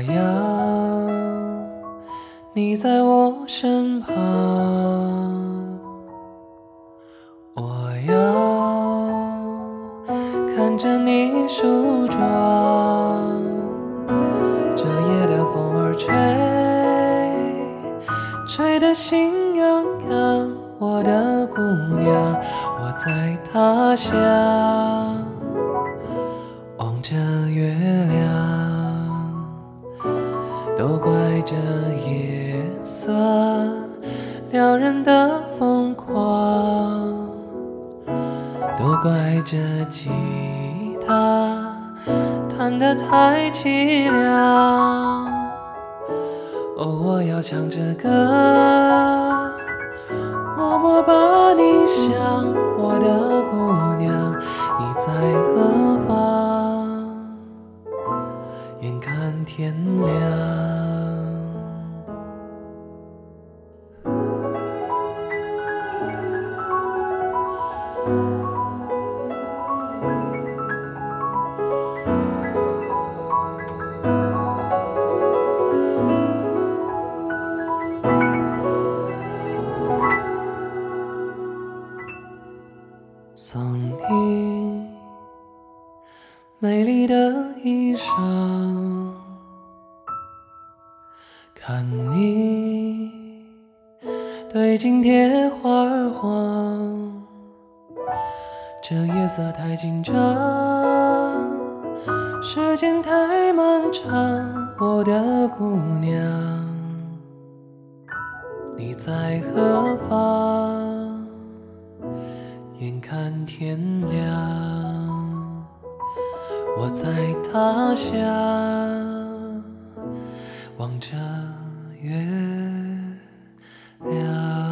要你在我身旁，我要看着你梳妆。这夜的风儿吹，吹得心痒痒。我的姑娘，我在他乡望着月亮，都怪这夜色撩人的疯狂，都怪这吉他弹得太凄凉。哦，我要唱着歌，默默把你想，我的姑娘，你在何方？眼看天亮。送你美丽的衣裳，看你对镜贴花儿黄。这夜色太紧张，时间太漫长，我的姑娘，你在何方？眼看天亮，我在他乡望着月亮。